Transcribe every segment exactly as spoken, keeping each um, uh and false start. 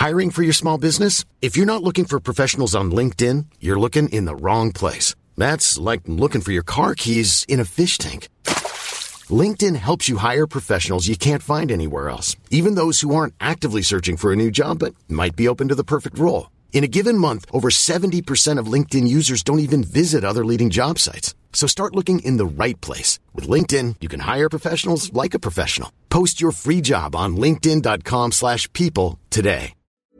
Hiring for your small business? If you're not looking for professionals on LinkedIn, you're looking in the wrong place. That's like looking for your car keys in a fish tank. LinkedIn helps you hire professionals you can't find anywhere else, even those who aren't actively searching for a new job but might be open to the perfect role. In a given month, over seventy percent of LinkedIn users don't even visit other leading job sites. So start looking in the right place. With LinkedIn, you can hire professionals like a professional. Post your free job on linkedin dot com slash people today.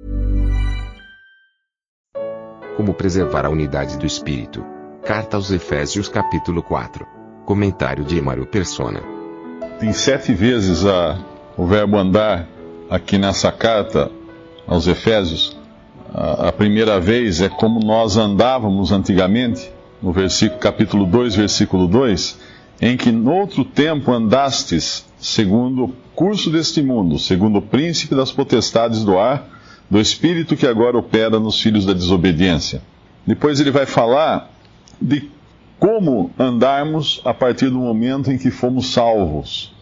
Como preservar a unidade do espírito. Carta aos Efésios capítulo quatro. Comentário de Mário Persona. Tem sete vezes a, o verbo andar aqui nessa carta aos Efésios. A, a primeira vez é como nós andávamos antigamente, no versículo, capítulo dois, versículo dois, em que noutro tempo andastes segundo o curso deste mundo, segundo o príncipe das potestades do ar, do espírito que agora opera nos filhos da desobediência. Depois ele vai falar de como andarmos a partir do momento em que fomos salvos.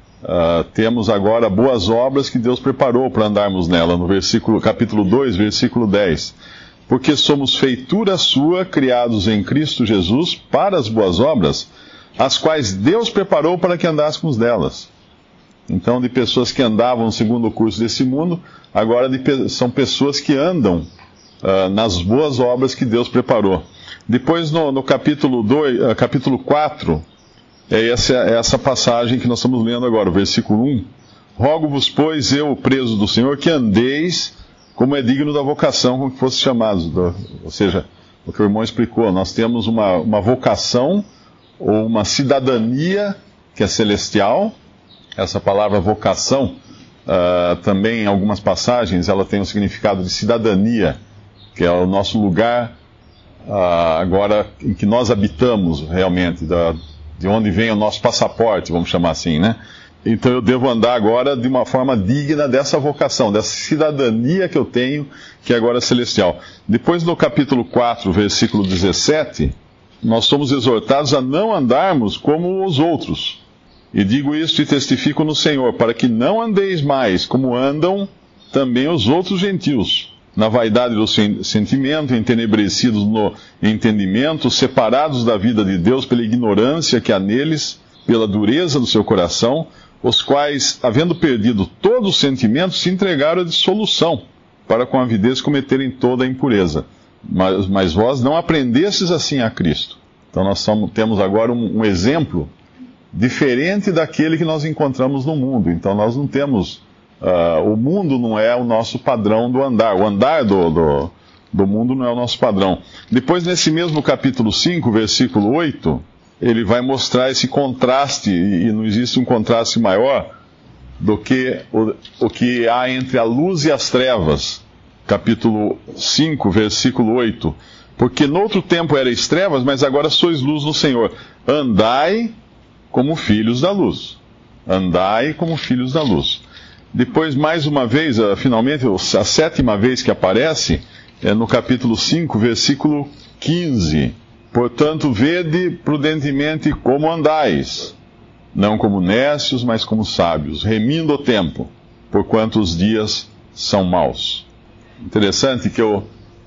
Uh, temos agora boas obras que Deus preparou para andarmos nela, no versículo, capítulo dois, versículo dez. Porque somos feitura sua, criados em Cristo Jesus, para as boas obras, as quais Deus preparou para que andássemos nelas. Então, de pessoas que andavam segundo o curso desse mundo, agora de, são pessoas que andam uh, nas boas obras que Deus preparou. Depois, no, no capítulo, dois, uh, capítulo quatro, é essa, é essa passagem que nós estamos lendo agora, o versículo um. Rogo-vos, pois, eu, preso do Senhor, que andeis como é digno da vocação com que fosse chamados. Do, ou seja, o que o irmão explicou, nós temos uma, uma vocação ou uma cidadania que é celestial. Essa palavra vocação, uh, também em algumas passagens, ela tem o significado de cidadania, que é o nosso lugar uh, agora em que nós habitamos realmente, da, de onde vem o nosso passaporte, vamos chamar assim, né? Então eu devo andar agora de uma forma digna dessa vocação, dessa cidadania que eu tenho, que é agora celestial. Depois no capítulo quatro, versículo dezessete, nós somos exortados a não andarmos como os outros. E digo isto e testifico no Senhor, para que não andeis mais como andam também os outros gentios, na vaidade do sentimento, entenebrecidos no entendimento, separados da vida de Deus pela ignorância que há neles, pela dureza do seu coração, os quais, havendo perdido todo o sentimento, se entregaram à dissolução, para com avidez cometerem toda a impureza. Mas, mas vós não aprendestes assim a Cristo. Então nós somos, temos agora um, um exemplo diferente daquele que nós encontramos no mundo. Então nós não temos, uh, o mundo não é o nosso padrão do andar, o andar do, do, do mundo não é o nosso padrão. Depois nesse mesmo capítulo cinco, versículo oito, ele vai mostrar esse contraste, e não existe um contraste maior do que o, o que há entre a luz e as trevas. Capítulo cinco, versículo oito. Porque noutro tempo erais trevas, mas agora sois luz no Senhor. Andai como filhos da luz. Andai como filhos da luz. Depois, mais uma vez, finalmente, a sétima vez que aparece, é no capítulo cinco, versículo quinze. Portanto, vede prudentemente como andais, não como necios, mas como sábios, remindo o tempo, porquanto os dias são maus. Interessante que eu,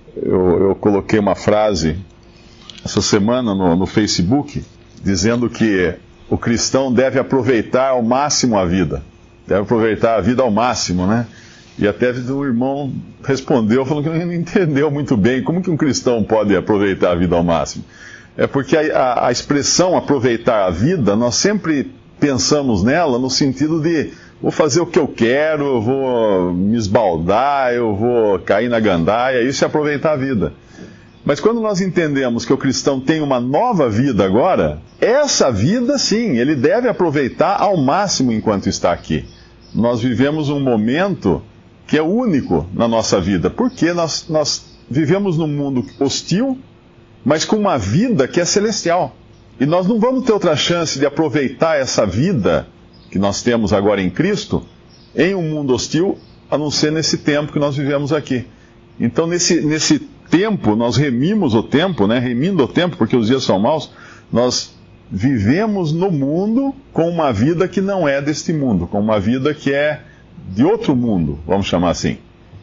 eu, eu coloquei uma frase essa semana no, no Facebook, dizendo que o cristão deve aproveitar ao máximo a vida. Deve aproveitar a vida ao máximo, né? E até um irmão respondeu, falando que não entendeu muito bem como que um cristão pode aproveitar a vida ao máximo. É porque a, a, a expressão aproveitar a vida, nós sempre pensamos nela no sentido de vou fazer o que eu quero, eu vou me esbaldar, eu vou cair na gandaia, isso é aproveitar a vida. Mas quando nós entendemos que o cristão tem uma nova vida agora, essa vida, sim, ele deve aproveitar ao máximo enquanto está aqui. Nós vivemos um momento que é único na nossa vida, porque nós, nós vivemos num mundo hostil, mas com uma vida que é celestial. E nós não vamos ter outra chance de aproveitar essa vida que nós temos agora em Cristo em um mundo hostil, a não ser nesse tempo que nós vivemos aqui. Então, nesse, nesse tempo, nós remimos o tempo, né? Remindo o tempo, porque os dias são maus, nós vivemos no mundo com uma vida que não é deste mundo, com uma vida que é de outro mundo, vamos chamar assim.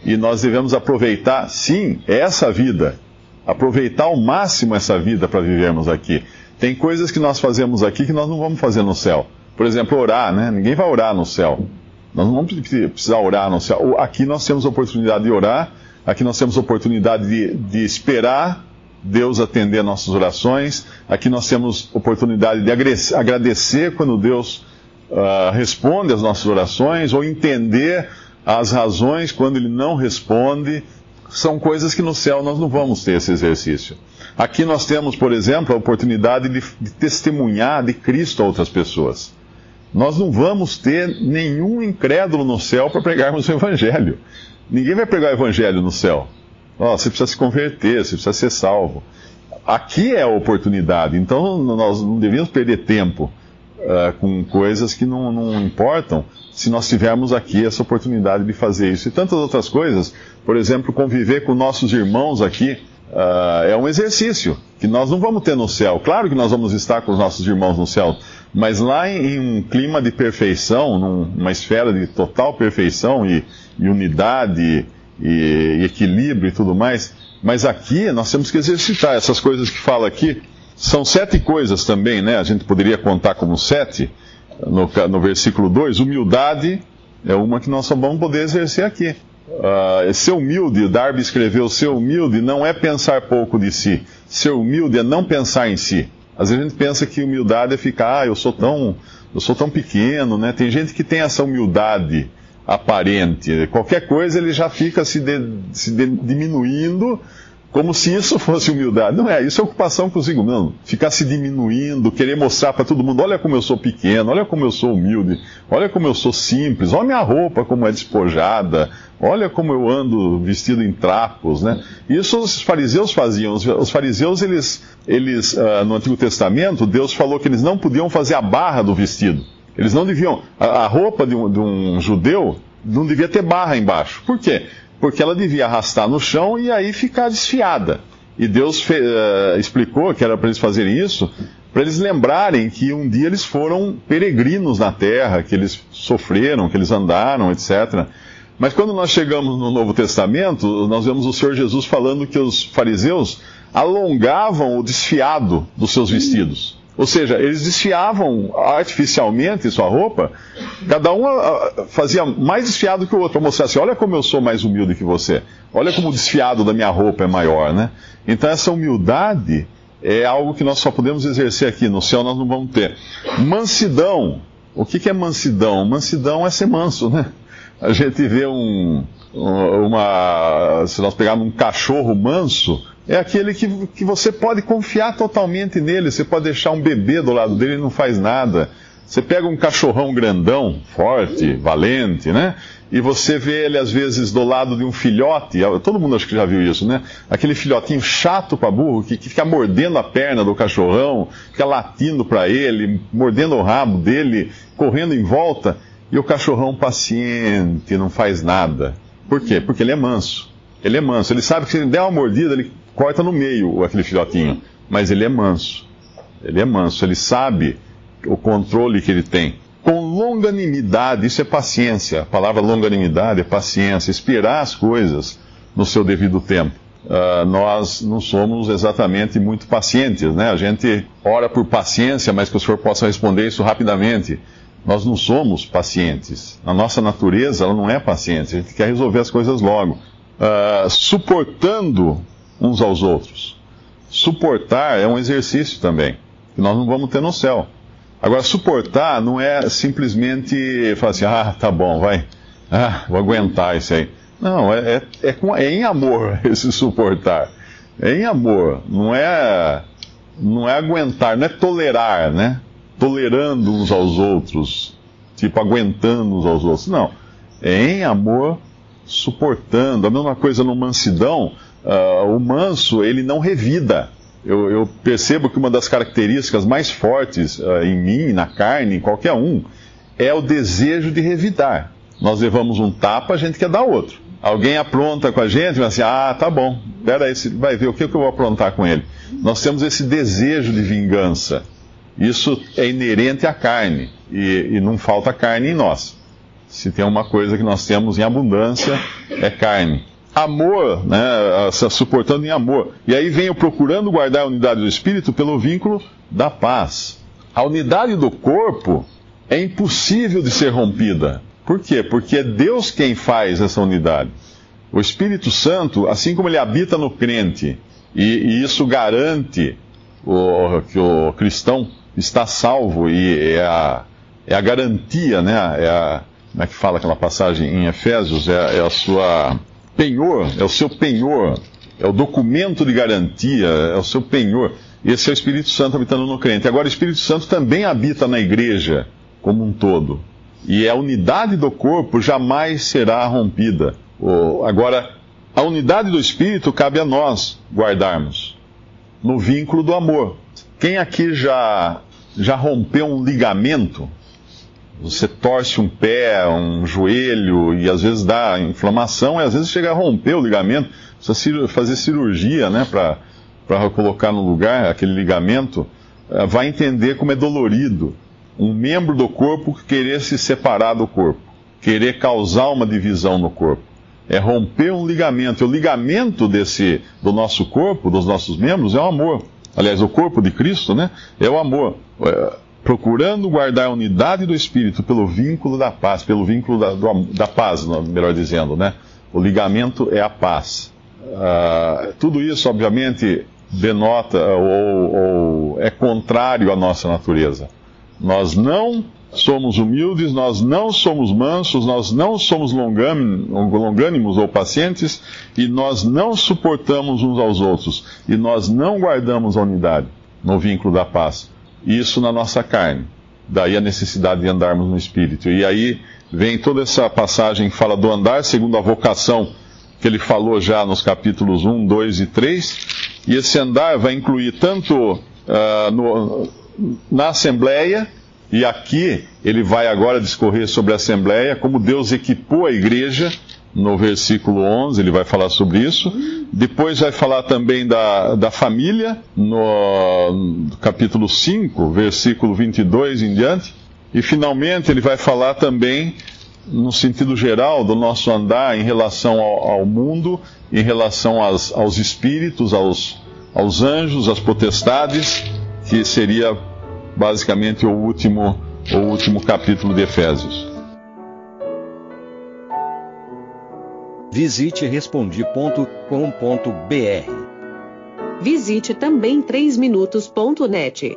e nós devemos aproveitar, sim, essa vida, aproveitar ao máximo essa vida para vivermos aqui. Tem coisas que nós fazemos aqui que nós não vamos fazer no céu. Por exemplo, orar, né? Ninguém vai orar no céu. Nós não vamos precisar orar no céu. Aqui nós temos a oportunidade de orar, aqui nós temos a oportunidade de, de esperar Deus atender nossas orações, aqui nós temos oportunidade de agradecer quando Deus uh, responde às nossas orações, ou entender as razões quando Ele não responde. São coisas que no céu nós não vamos ter esse exercício. Aqui nós temos, por exemplo, a oportunidade de, de testemunhar de Cristo a outras pessoas. Nós não vamos ter nenhum incrédulo no céu para pregarmos o Evangelho. Ninguém vai pregar o Evangelho no céu. Oh, você precisa se converter, você precisa ser salvo. Aqui é a oportunidade, então nós não devíamos perder tempo uh, com coisas que não, não importam, se nós tivermos aqui essa oportunidade de fazer isso. E tantas outras coisas, por exemplo, conviver com nossos irmãos aqui, uh, é um exercício que nós não vamos ter no céu. Claro que nós vamos estar com os nossos irmãos no céu, mas lá em, em um clima de perfeição, numa esfera de total perfeição e, e unidade e, e equilíbrio e tudo mais. Mas aqui nós temos que exercitar essas coisas que fala aqui. São sete coisas também, né? A gente poderia contar como sete. No, no versículo dois, humildade é uma que nós só vamos poder exercer aqui. Uh, ser humilde, Darby escreveu, ser humilde não é pensar pouco de si. Ser humilde é não pensar em si. Às vezes a gente pensa que humildade é ficar, ah, eu sou tão, eu sou tão pequeno, né? Tem gente que tem essa humildade aparente. Qualquer coisa ele já fica se, de, se de, diminuindo, como se isso fosse humildade. Não é, isso é ocupação consigo mesmo. Ficar se diminuindo, querer mostrar para todo mundo, olha como eu sou pequeno, olha como eu sou humilde, olha como eu sou simples, olha minha roupa como é despojada, olha como eu ando vestido em trapos, né? Isso os fariseus faziam. Os fariseus, eles, eles uh, no Antigo Testamento, Deus falou que eles não podiam fazer a barra do vestido. Eles não deviam, a, a roupa de um, de um judeu não devia ter barra embaixo. Por quê? Porque ela devia arrastar no chão e aí ficar desfiada. E Deus fe, uh, explicou que era para eles fazerem isso, para eles lembrarem que um dia eles foram peregrinos na terra, que eles sofreram, que eles andaram, etcétera. Mas quando nós chegamos no Novo Testamento, nós vemos o Senhor Jesus falando que os fariseus alongavam o desfiado dos seus vestidos. Ou seja, eles desfiavam artificialmente sua roupa, cada um fazia mais desfiado que o outro, para mostrar assim, olha como eu sou mais humilde que você, olha como o desfiado da minha roupa é maior, né? Então essa humildade é algo que nós só podemos exercer aqui, no céu nós não vamos ter. Mansidão, o que é mansidão? Mansidão é ser manso, né? A gente vê um, uma, se nós pegarmos um cachorro manso, é aquele que, que você pode confiar totalmente nele, você pode deixar um bebê do lado dele e não faz nada. Você pega um cachorrão grandão, forte, valente, né? E você vê ele às vezes do lado de um filhote, todo mundo acho que já viu isso, né? Aquele filhotinho chato para burro, que, que fica mordendo a perna do cachorrão, fica latindo para ele, mordendo o rabo dele, correndo em volta. E o cachorrão paciente, não faz nada. Por quê? Porque ele é manso. Ele é manso. Ele sabe que se ele der uma mordida, ele corta no meio aquele filhotinho. Mas ele é manso. Ele é manso. Ele sabe o controle que ele tem. Com longanimidade, isso é paciência. A palavra longanimidade é paciência. Esperar as coisas no seu devido tempo. Uh, nós não somos exatamente muito pacientes, né? A gente ora por paciência, mas que o Senhor possa responder isso rapidamente. Nós não somos pacientes. A nossa natureza, ela não é paciente. A gente quer resolver as coisas logo. Uh, suportando uns aos outros. Suportar é um exercício também, que nós não vamos ter no céu. Agora, suportar não é simplesmente falar assim, ah, tá bom, vai, ah, vou aguentar isso aí. Não, é, é, é, com, é em amor esse suportar. É em amor, não é, não é aguentar, não é tolerar, né? Tolerando uns aos outros, tipo, aguentando uns aos outros. Não, é em amor, suportando. A mesma coisa no mansidão, uh, o manso, ele não revida. Eu, eu percebo que uma das características mais fortes uh, em mim, na carne, em qualquer um, é o desejo de revidar. Nós levamos um tapa, a gente quer dar outro. Alguém apronta com a gente, mas assim, ah, tá bom, peraí, vai ver o que eu vou aprontar com ele. Nós temos esse desejo de vingança. Isso é inerente à carne, e, e não falta carne em nós. Se tem uma coisa que nós temos em abundância, é carne. Amor, né, suportando em amor. E aí vem o procurando guardar a unidade do Espírito pelo vínculo da paz. A unidade do corpo é impossível de ser rompida. Por quê? Porque é Deus quem faz essa unidade. O Espírito Santo, assim como ele habita no crente, e, e isso garante o, que o cristão está salvo, e é a, é a garantia, né? É a, como é que fala aquela passagem em Efésios? É, é a sua penhor, é o seu penhor, é o documento de garantia, é o seu penhor. Esse é o Espírito Santo habitando no crente. Agora, o Espírito Santo também habita na igreja como um todo. E a unidade do corpo jamais será rompida. Agora, a unidade do Espírito cabe a nós guardarmos, no vínculo do amor. Quem aqui já, já rompeu um ligamento? Você torce um pé, um joelho, e às vezes dá inflamação, e às vezes chega a romper o ligamento. Precisa fazer cirurgia, né, para para colocar no lugar aquele ligamento. Vai entender como é dolorido um membro do corpo querer se separar do corpo, querer causar uma divisão no corpo. É romper um ligamento. E o ligamento desse, do nosso corpo, dos nossos membros, é o amor. Aliás, o corpo de Cristo, né, é o amor. É, procurando guardar a unidade do Espírito pelo vínculo da paz, pelo vínculo da, do, da paz, melhor dizendo, né? O ligamento é a paz. Uh, tudo isso, obviamente, denota ou, ou é contrário à nossa natureza. Nós não somos humildes, nós não somos mansos, nós não somos longânimos ou pacientes, e nós não suportamos uns aos outros, e nós não guardamos a unidade no vínculo da paz. Isso na nossa carne. Daí a necessidade de andarmos no Espírito. E aí vem toda essa passagem que fala do andar segundo a vocação, que ele falou já nos capítulos um, dois e três, e esse andar vai incluir tanto uh, no, na Assembleia, e aqui ele vai agora discorrer sobre a Assembleia, como Deus equipou a igreja, no versículo onze ele vai falar sobre isso. Depois vai falar também da, da família, no capítulo cinco, versículo vinte e dois em diante. E finalmente ele vai falar também, no sentido geral, do nosso andar em relação ao, ao mundo, em relação às, aos espíritos, aos, aos anjos, às potestades, que seria basicamente o último, o último capítulo de Efésios. Visite respondi ponto com ponto b r. Visite também três minutos ponto net.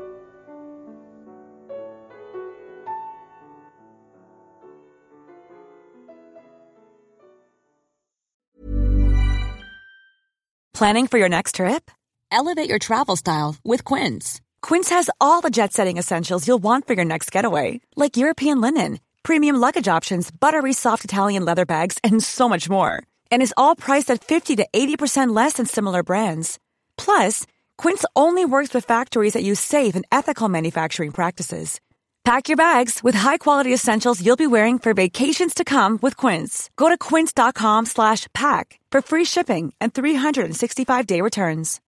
Planning for your next trip? Elevate your travel style with Quince. Quince has all the jet-setting essentials you'll want for your next getaway, like European linen, premium luggage options, buttery soft Italian leather bags, and so much more. And is all priced at fifty to eighty percent less than similar brands. Plus, Quince only works with factories that use safe and ethical manufacturing practices. Pack your bags with high-quality essentials you'll be wearing for vacations to come with Quince. Go to quince.com slash pack for free shipping and three sixty-five day returns.